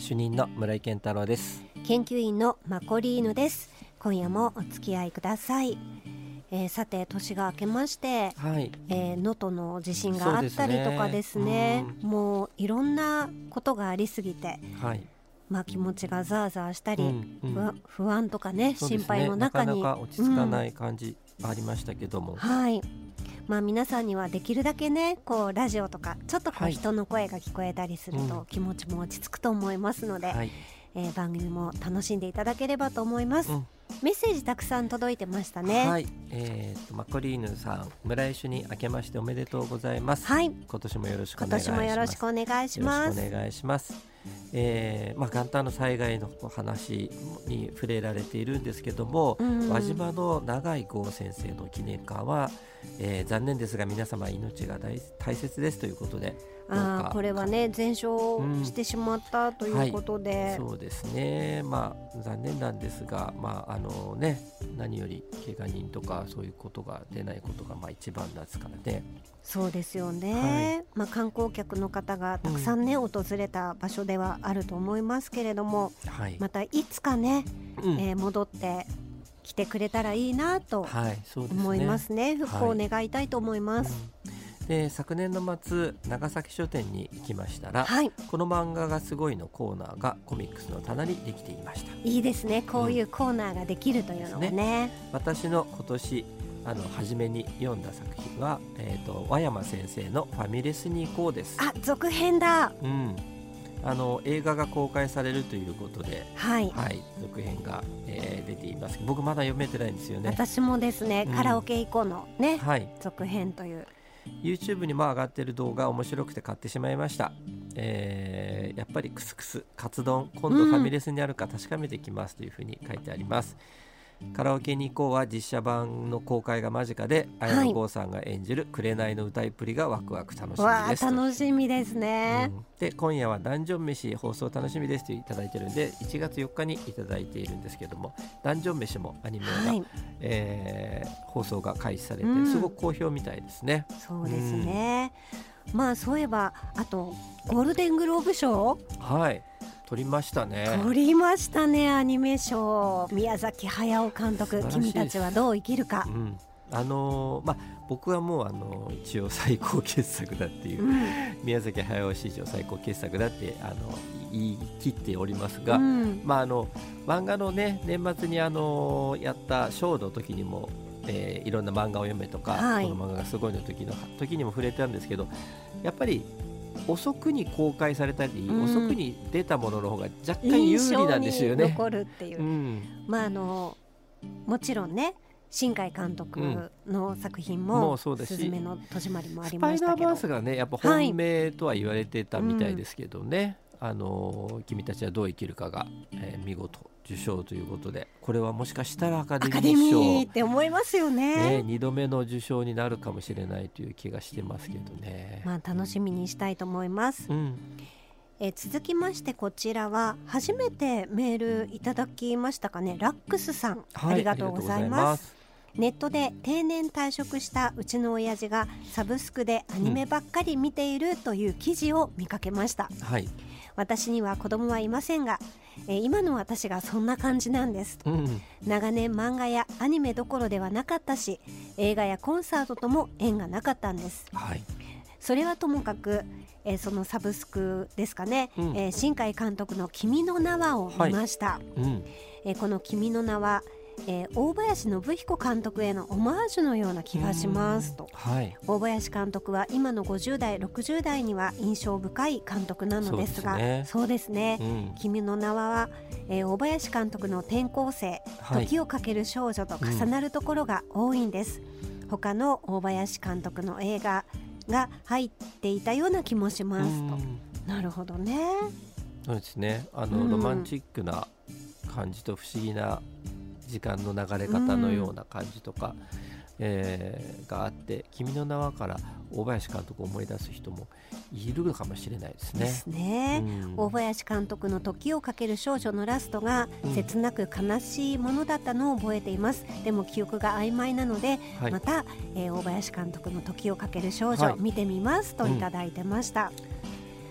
主任の村井健太郎です。 研究員のマコリーヌです。今夜もお付き合いください。さて年が明けまして、能登の地震があったりとかですね、もういろんなことがありすぎて、気持ちがザーザーしたり、不安とかね、心配の中になかなか落ち着かない感じありましたけども、 皆さんにはできるだけね、こうラジオとかちょっと人の声が聞こえたりすると気持ちも落ち着くと思いますので、番組も楽しんでいただければと思います。メッセージたくさん届いてましたね。 マコリーヌさん、村井主任明けましておめでとうございます。今年もよろしくお願いします。 今年もよろしくお願いします。 よろしくお願いします。元旦の災害の話に触れられているんですけども、輪島の永井剛先生の記念館は、残念ですが皆様命が大切ですということで、 これはね全焼してしまったということで、 そうですね、残念なんですが、何より怪我人とかそういうことが出ないことが一番ですからね。 そうですよね、観光客の方がたくさんね、訪れた場所ではあると思いますけれども、またいつかね、戻って来てくれたらいいなと思いますね。復興を願いたいと思います。 で、昨年の末長崎書店に行きましたら、この漫画がすごいのコーナーがコミックスの棚にできていました。 いいですね、こういうコーナーができるというのがね。 私の今年初めに読んだ作品は、和山先生のファミレスに行こうです。 続編だ。 映画が公開されるということで、続編が、出ています。僕まだ読めてないんですよね。 私もですね、カラオケ行こうのね、続編という YouTube にも上がっている動画面白くて買ってしまいました。やっぱりクスクスカツ丼今度ファミレスにあるか確かめてきますというふうに書いてあります。カラオケに行こうは実写版の公開が間近で、綾野剛さんが演じる紅の歌いっぷりがワクワク楽しみです。 楽しみですね。 で、今夜はダンジョン飯放送楽しみですといただいているんで、1月4日にいただいているんですけども、ダンジョン飯もアニメが、放送が開始されて、すごく好評みたいですね。 そうですね、そういえばあとゴールデングローブ賞取りましたね。 アニメ賞。宮崎駿監督、君たちはどう生きるか。 僕はもう一応最高傑作だっていう、宮崎駿史上最高傑作だって言い切っておりますが、漫画のね、年末にやったショーの時にも、いろんな漫画を読めとか、この漫画がすごいの時にも触れたんですけど、やっぱり遅くに公開されたり、遅くに出たものの方が若干有利なんですよね。 印象に残るっていう、もちろんね、新海監督の作品もすずめの戸締まりもありましたけど、 スパイダーバースがねやっぱ本命とは言われてたみたいですけどね、君たちはどう生きるかが、見事受賞ということで、これはもしかしたらアカデミー賞って思いますよね。 2度目の受賞になるかもしれないという気がしてますけどね。 楽しみにしたいと思います。続きましてこちらは初めてメールいただきましたかね。ラックスさん、ありがとうございます。ネットで定年退職したうちの親父がサブスクでアニメばっかり見ているという記事を見かけました。私には子供はいませんが、今の私がそんな感じなんです。長年漫画やアニメどころではなかったし、映画やコンサートとも縁がなかったんです。それはともかく、そのサブスクですかね、新海監督の君の名はを見ました。この君の名は、大林信彦監督へのオマージュのような気がしますと。大林監督は今の50代60代には印象深い監督なのですが、そうですね、君の名は、大林監督の転校生、時をかける少女と重なるところが多いんです。他の大林監督の映画が入っていたような気もしますと。なるほどね。 そうですね、ロマンチックな感じと不思議な時間の流れ方のような感じとか、があって、君の名はから大林監督を思い出す人もいるかもしれないですね。 大林監督の時をかける少女のラストが切なく悲しいものだったのを覚えています。でも記憶が曖昧なので、また、大林監督の時をかける少女、見てみますといただいてました。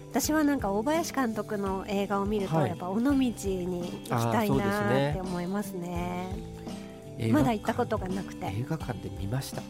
私はなんか大林監督の映画を見ると、やっぱ尾道に行きたいなって思いますね。まだ行ったことがなくて。 映画館で見ました。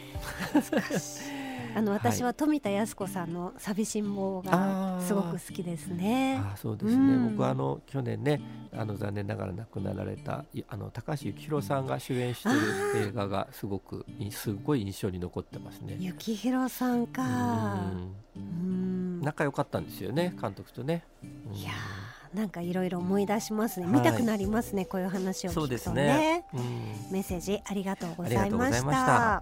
私は富田靖子さんの寂しん坊がすごく好きですね。 そうですね、僕は去年ね残念ながら亡くなられた高橋幸宏さんが主演している映画がすごい印象に残ってますね。 幸宏さんか。 仲良かったんですよね、監督とね。 いやなんかいろいろ思い出しますね。見たくなりますね、こういう話を聞くとね。そうですね。メッセージありがとうございました。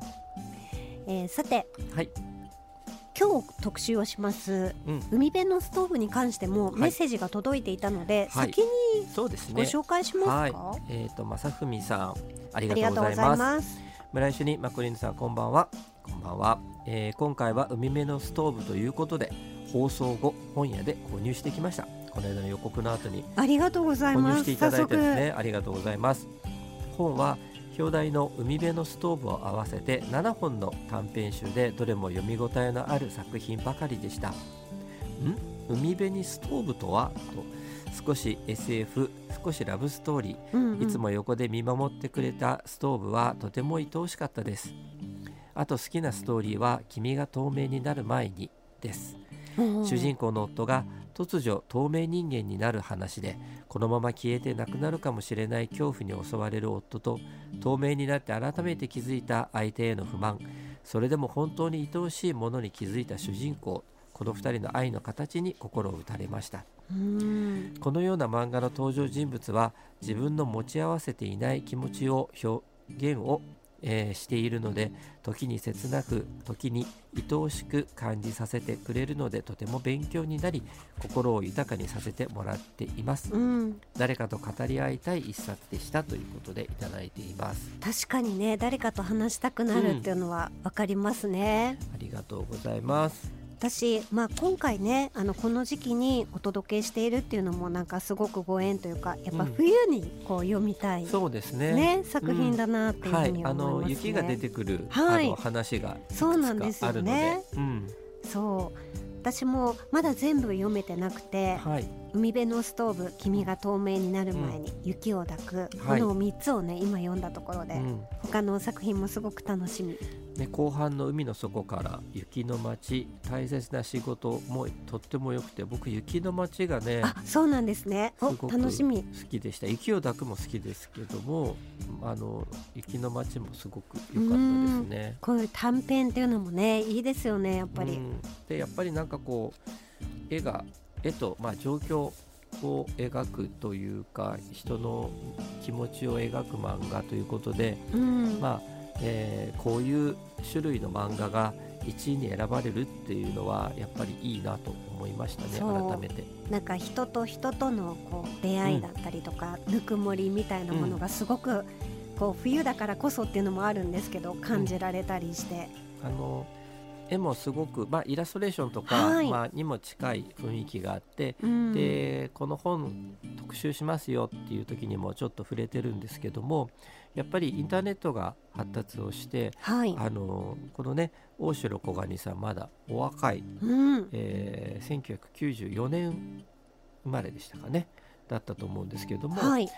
さて、今日特集をします、海辺のストーブに関してもメッセージが届いていたので、先にご紹介しますか。 正文さん、ありがとうございます。村井主任、マクリンさん、こんばんは。こんばんは。今回は海辺のストーブということで、放送後本屋で購入してきました。この間の予告の後にありがとうございます。 購入していただいてですね、ありがとうございます。本は表題の海辺のストーブを合わせて7本の短編集で、どれも読み応えのある作品ばかりでした。海辺にストーブとはと、少し SF、少しラブストーリー、いつも横で見守ってくれたストーブはとても愛おしかったです。あと好きなストーリーは君が透明になる前にです。主人公の夫が突如透明人間になる話で、このまま消えてなくなるかもしれない恐怖に襲われる夫と、透明になって改めて気づいた相手への不満、それでも本当に愛おしいものに気づいた主人公、この2人の愛の形に心を打たれました。このような漫画の登場人物は自分の持ち合わせていない気持ちを表現をしているので、時に切なく、時に愛おしく感じさせてくれるので、とても勉強になり、心を豊かにさせてもらっています。誰かと語り合いたい一冊でした、ということでいただいています。 確かにね、誰かと話したくなるっていうのは分かりますね。 ありがとうございます。 私、今回ねこの時期にお届けしているっていうのもなんかすごくご縁というか、やっぱ冬にこう読みたい、 そうですね、 作品だなっていうふうに思いますね。 雪が出てくる、話がいくつかあるので、そうなんですよね。 そう私もまだ全部読めてなくて、海辺のストーブ、君が透明になる前に、雪を抱く、この3つをね今読んだところで、他の作品もすごく楽しみ。 後半の海の底から雪の街、大切な仕事もとっても良くて、僕雪の街がね、 そうなんですね、 すごく楽しみ、好きでした。雪を抱くも好きですけども、雪の街もすごく良かったですね。 こういう短編っていうのもねいいですよね、やっぱり。 でやっぱりなんかこう絵と、状況を描くというか、人の気持ちを描く漫画ということで、こういう種類の漫画が1位に選ばれるっていうのはやっぱりいいなと思いましたね。改めてなんか人と人とのこう出会いだったりとか、ぬくもりみたいなものがすごくこう冬だからこそっていうのもあるんですけど、感じられたりして、 絵もすごく、イラストレーションとか、にも近い雰囲気があって、でこの本特集しますよっていう時にもちょっと触れてるんですけども、やっぱりインターネットが発達をして、このね大城小金さんまだお若い、1994年生まれでしたかね、だったと思うんですけども、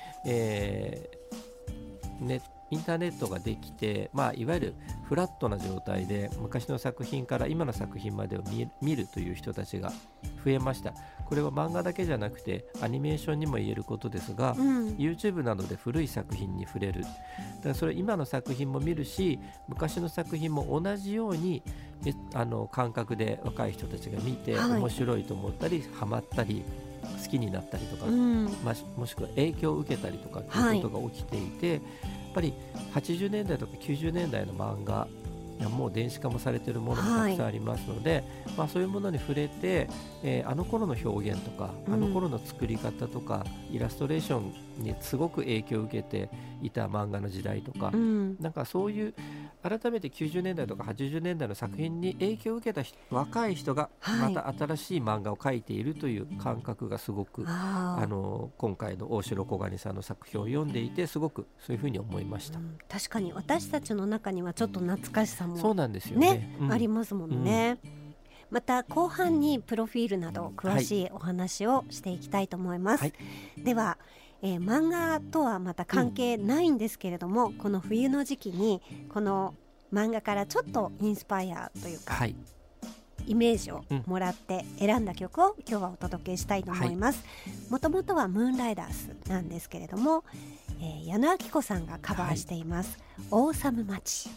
インターネットができて、いわゆるフラットな状態で昔の作品から今の作品までを見るという人たちが増えました。これは漫画だけじゃなくてアニメーションにも言えることですが、YouTube などで古い作品に触れる。だからそれ今の作品も見るし、昔の作品も同じように感覚で若い人たちが見て、面白いと思ったりハマったり好きになったりとか、もしくは影響を受けたりとかということが起きていて、やっぱり80年代とか90年代の漫画、もう電子化もされているものもたくさんありますので、そういうものに触れて、あの頃の表現とか、あの頃の作り方とか、イラストレーションにすごく影響を受けていた漫画の時代とか、なんかそういう改めて90年代とか80年代の作品に影響を受けた若い人がまた新しい漫画を描いているという感覚がすごく、今回の大城小金さんの作品を読んでいて、すごくそういうふうに思いました。 確かに私たちの中にはちょっと懐かしさもそうなんですよね、 ありますもんね。 また後半にプロフィールなど詳しいお話をしていきたいと思います、では、漫画とはまた関係ないんですけれども、この冬の時期にこの漫画からちょっとインスパイアというか、イメージをもらって選んだ曲を今日はお届けしたいと思います。もともとはムーンライダースなんですけれども、矢野顕子さんがカバーしています、オーサムマッチ。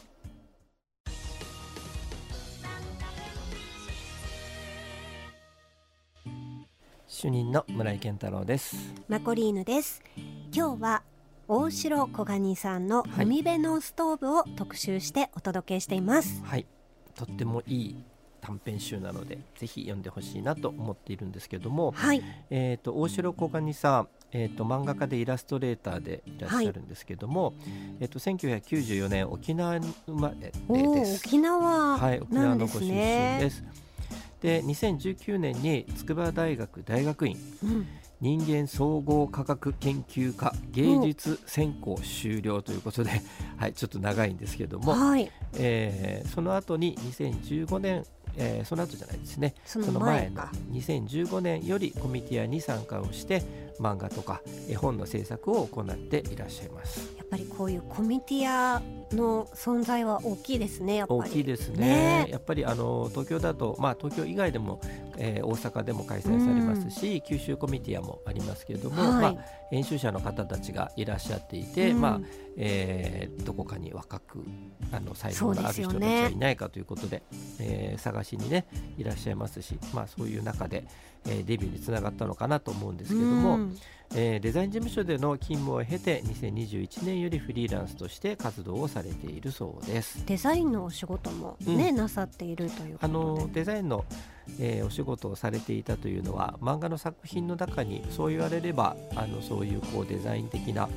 主任の村井健太郎です。 マコリーヌです。今日は大城小蟹さんの海辺のストーブを特集してお届けしています。 とってもいい短編集なのでぜひ読んでほしいなと思っているんですけども、大城小蟹さん、漫画家でイラストレーターでいらっしゃるんですけども、1994年沖縄生まれです。 沖縄のご出身です。で2019年に筑波大学大学院、人間総合科学研究科芸術専攻修了ということで、ちょっと長いんですけども、その後に2015年その後じゃないですね、その前の2015年よりコミティアに参加をして漫画とか絵本の制作を行っていらっしゃいます。 やっぱりこういうコミティアの存在は大きいですね。やっぱり大きいですね。やっぱり東京だと、東京以外でも、大阪でも開催されますし、九州コミティアもありますけれども、編集者の方たちがいらっしゃっていて、どこかに若く才能のある人たちはいないかということで、探しにねいらっしゃいますし、そういう中で、デビューにつながったのかなと思うんですけども、デザイン事務所での勤務を経て2021年よりフリーランスとして活動をされているそうです。 デザインのお仕事も、なさっているということで、 デザインの、お仕事をされていたというのは漫画の作品の中にそう言われればそういうデザイン的な、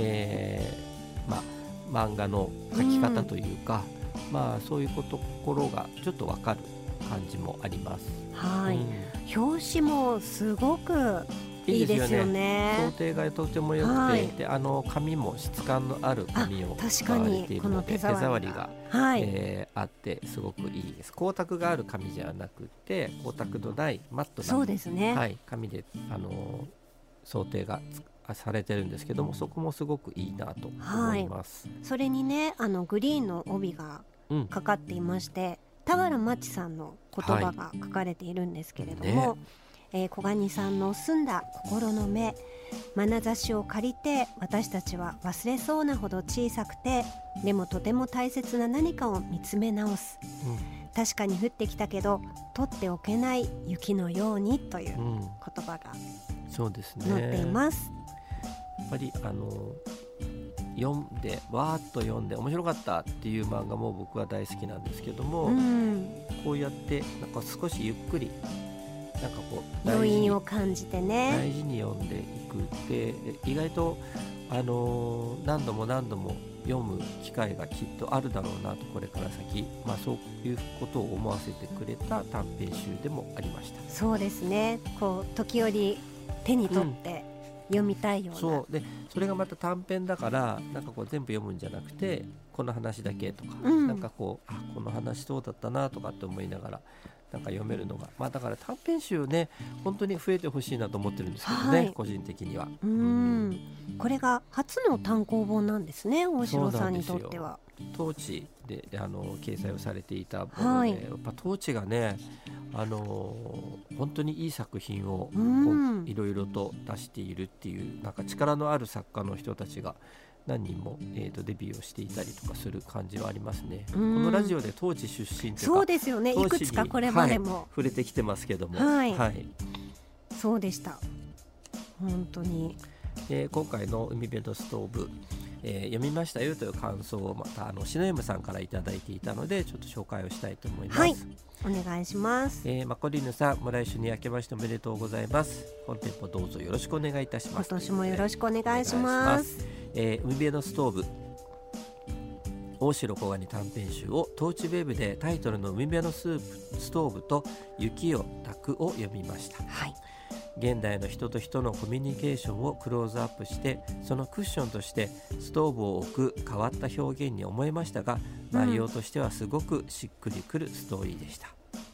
漫画の描き方というか、そういうところがちょっと分かる感じもあります。 表紙もすごくいいですよね。 想定がとても良くて、で紙も質感のある紙を使われているので手触りが、あってすごくいいです。光沢がある紙じゃなくて光沢のないマットな、紙で想定がされてるんですけども、そこもすごくいいなと思います。 それにねグリーンの帯がかかっていまして、田原町さんの言葉が書かれているんですけれども、小蟹さんの澄んだ心の目、眼差しを借りて私たちは忘れそうなほど小さくてでもとても大切な何かを見つめ直す、確かに降ってきたけど取っておけない雪のようにという言葉が載っています。 やっぱり読んでわーっと読んで面白かったっていう漫画も僕は大好きなんですけども、こうやってなんか少しゆっくり余韻を感じてね大事に読んでいくって意外と、何度も何度も読む機会がきっとあるだろうなと、これから先、そういうことを思わせてくれた短編集でもありました。 そうですね。時折手に取って読みたいような、 そうで、それがまた短編だから全部読むんじゃなくてこの話だけとか、この話そうだったなとかって思いながら読めるのが、だから短編集ね本当に増えてほしいなと思ってるんですけどね、個人的には。 これが初の単行本なんですね、大城さんにとっては。 当地で掲載をされていたもので、やっぱ当地がね本当にいい作品をいろいろと出しているっていう、力のある作家の人たちが何人も、デビューをしていたりとかする感じはありますね。このラジオで当地出身というか、 そうですよね、いくつかこれまでも、 触れてきてますけども、 そうでした。本当に、 今回の海辺のストーブ、読みましたよという感想をまた篠山さんからいただいていたのでちょっと紹介をしたいと思います。 お願いします。 マコリーヌさん、もう来週に明けましておめでとうございます。本店もどうぞよろしくお願いいたします。 今年もよろしくお願いします。 海辺のストーブ、大城小蟹短編集をトーチウェブでタイトルの海辺のストーブと雪を炊くを読みました。現代の人と人のコミュニケーションをクローズアップして、そのクッションとしてストーブを置く変わった表現に思えましたが、内容としてはすごくしっくりくるストーリーでした。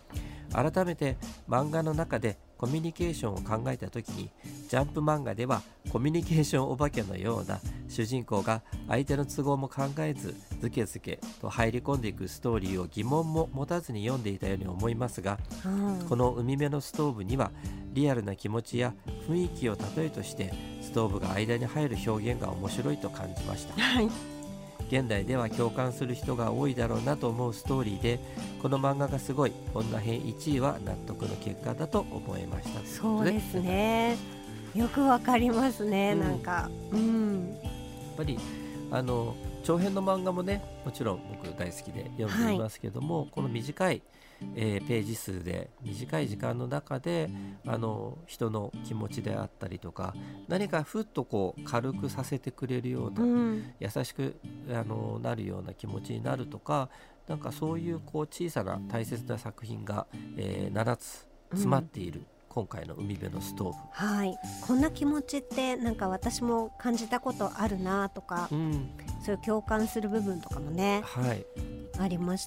改めて漫画の中でコミュニケーションを考えた時に、ジャンプ漫画ではコミュニケーションお化けのような主人公が相手の都合も考えずズケズケと入り込んでいくストーリーを疑問も持たずに読んでいたように思いますが、この海辺のストーブにはリアルな気持ちや雰囲気を例えとしてストーブが間に入る表現が面白いと感じました、はい、現代では共感する人が多いだろうなと思うストーリーで、この漫画がすごい、女編1位は納得の結果だと思いました。 そうですね、よくわかりますね、なんか、やっぱり長編の漫画もね、もちろん僕大好きで読んでいますけども、この短い、ページ数で短い時間の中で人の気持ちであったりとか、何かふっとこう軽くさせてくれるような、優しくなるような気持ちになるとか、なんかそういうこう小さな大切な作品が、7つ詰まっている、今回の海辺のストーブ、 はい、こんな気持ちってなんか私も感じたことあるなとか、そういう共感する部分とかもね、ありました。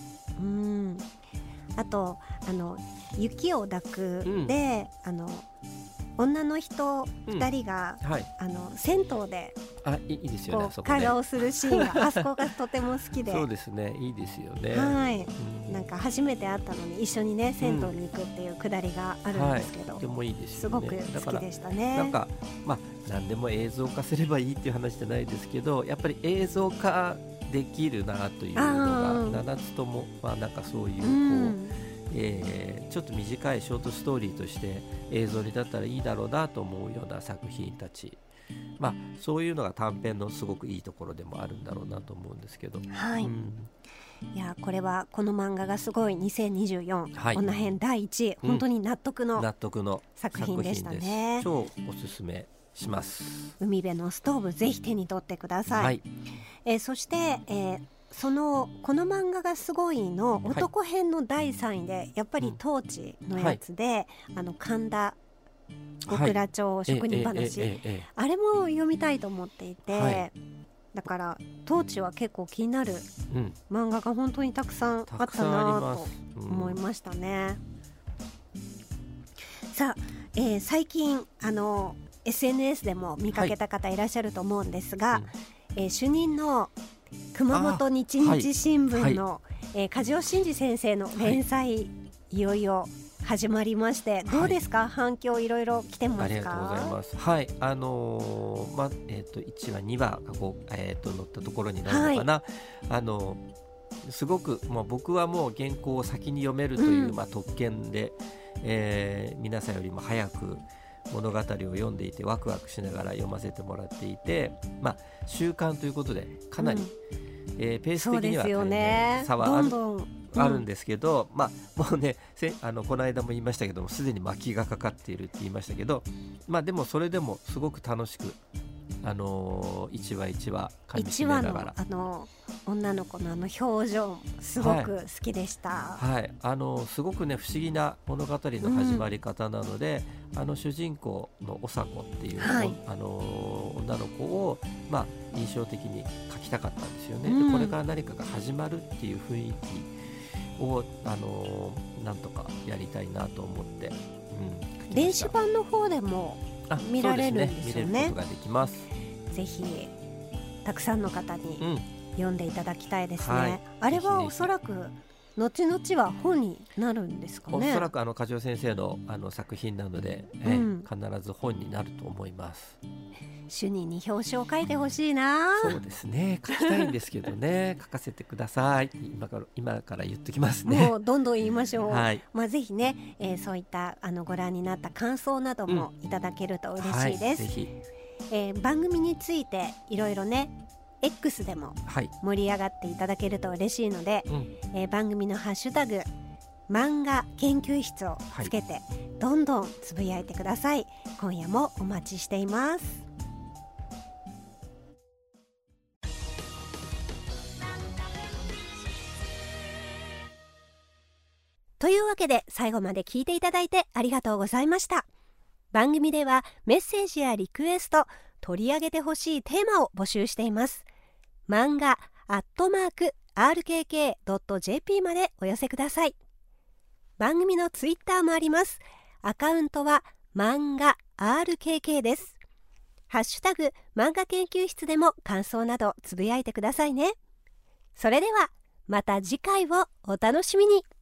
あと雪を抱くで、女の人2人が、銭湯でいいですよね、 会話をするシーンがあそこがとても好きでそうですね、いいですよね、 なんか初めて会ったのに一緒にね銭湯に行くっていうくだりがあるんですけど、 とてもいいですよね、すごく好きでしたね。 なんか何でも映像化すればいいっていう話じゃないですけど、やっぱり映像化できるなというのが7つとも、なんかそういうちょっと短いショートストーリーとして映像に立ったらいいだろうなと思うような作品たち、そういうのが短編のすごくいいところでもあるんだろうなと思うんですけど、いやこれはこの漫画がすごい2024、女編第1位、本当に納得の作品でしたね。 超おすすめします。 海辺のストーブぜひ手に取ってください、そして、この漫画がすごいの男編の第3位で、やっぱり当地のやつで、神田極楽町職人話、あれも読みたいと思っていて、だから当地は結構気になる漫画が本当にたくさんあったなと思いましたね。さあ、最近SNS でも見かけた方いらっしゃると思うんですが、主任の熊本日日新聞の梶尾真二先生の連載、いよいよ始まりまして、どうですか、反響いろいろ来てますか？ ありがとうございます。1話2話が載ったところになるのかな、すごく僕はもう原稿を先に読めるという、特権で、皆さんよりも早く物語を読んでいてワクワクしながら読ませてもらっていて、習慣ということでかなり、ペース的には大変差はあるんですけど、もうねこの間も言いましたけども、すでに巻きがかかっているって言いましたけど、でもそれでもすごく楽しく一話一話噛みしめながら、 1話の女の子の表情すごく好きでした、 すごくね不思議な物語の始まり方なので、主人公のおさこっていう、女の子を、印象的に描きたかったんですよね、でこれから何かが始まるっていう雰囲気を、なんとかやりたいなと思って、 電子版の方でも見られるんですよね。 見れることができます。 ぜひたくさんの方に読んでいただきたいですね、あれはおそらく後々は本になるんですかね。 おそらく梶尾先生の作品なので、必ず本になると思います。 主任に表紙を書いてほしいな。 そうですね、書きたいんですけどね書かせてください。今から言っときますね。 もうどんどん言いましょう、ぜひね、そういったご覧になった感想などもいただけると嬉しいです、 ぜひ。 番組についていろいろね X でも盛り上がっていただけると嬉しいので、番組のハッシュタグ漫画研究室をつけて、どんどんつぶやいてください。今夜もお待ちしています。というわけで最後まで聞いていただいてありがとうございました。番組ではメッセージやリクエスト、取り上げてほしいテーマを募集しています。漫画@rkk.jp までお寄せください。 番組のツイッターもあります。アカウントは漫画 RKK です。ハッシュタグ漫画研究室でも感想などつぶやいてくださいね。それではまた次回をお楽しみに。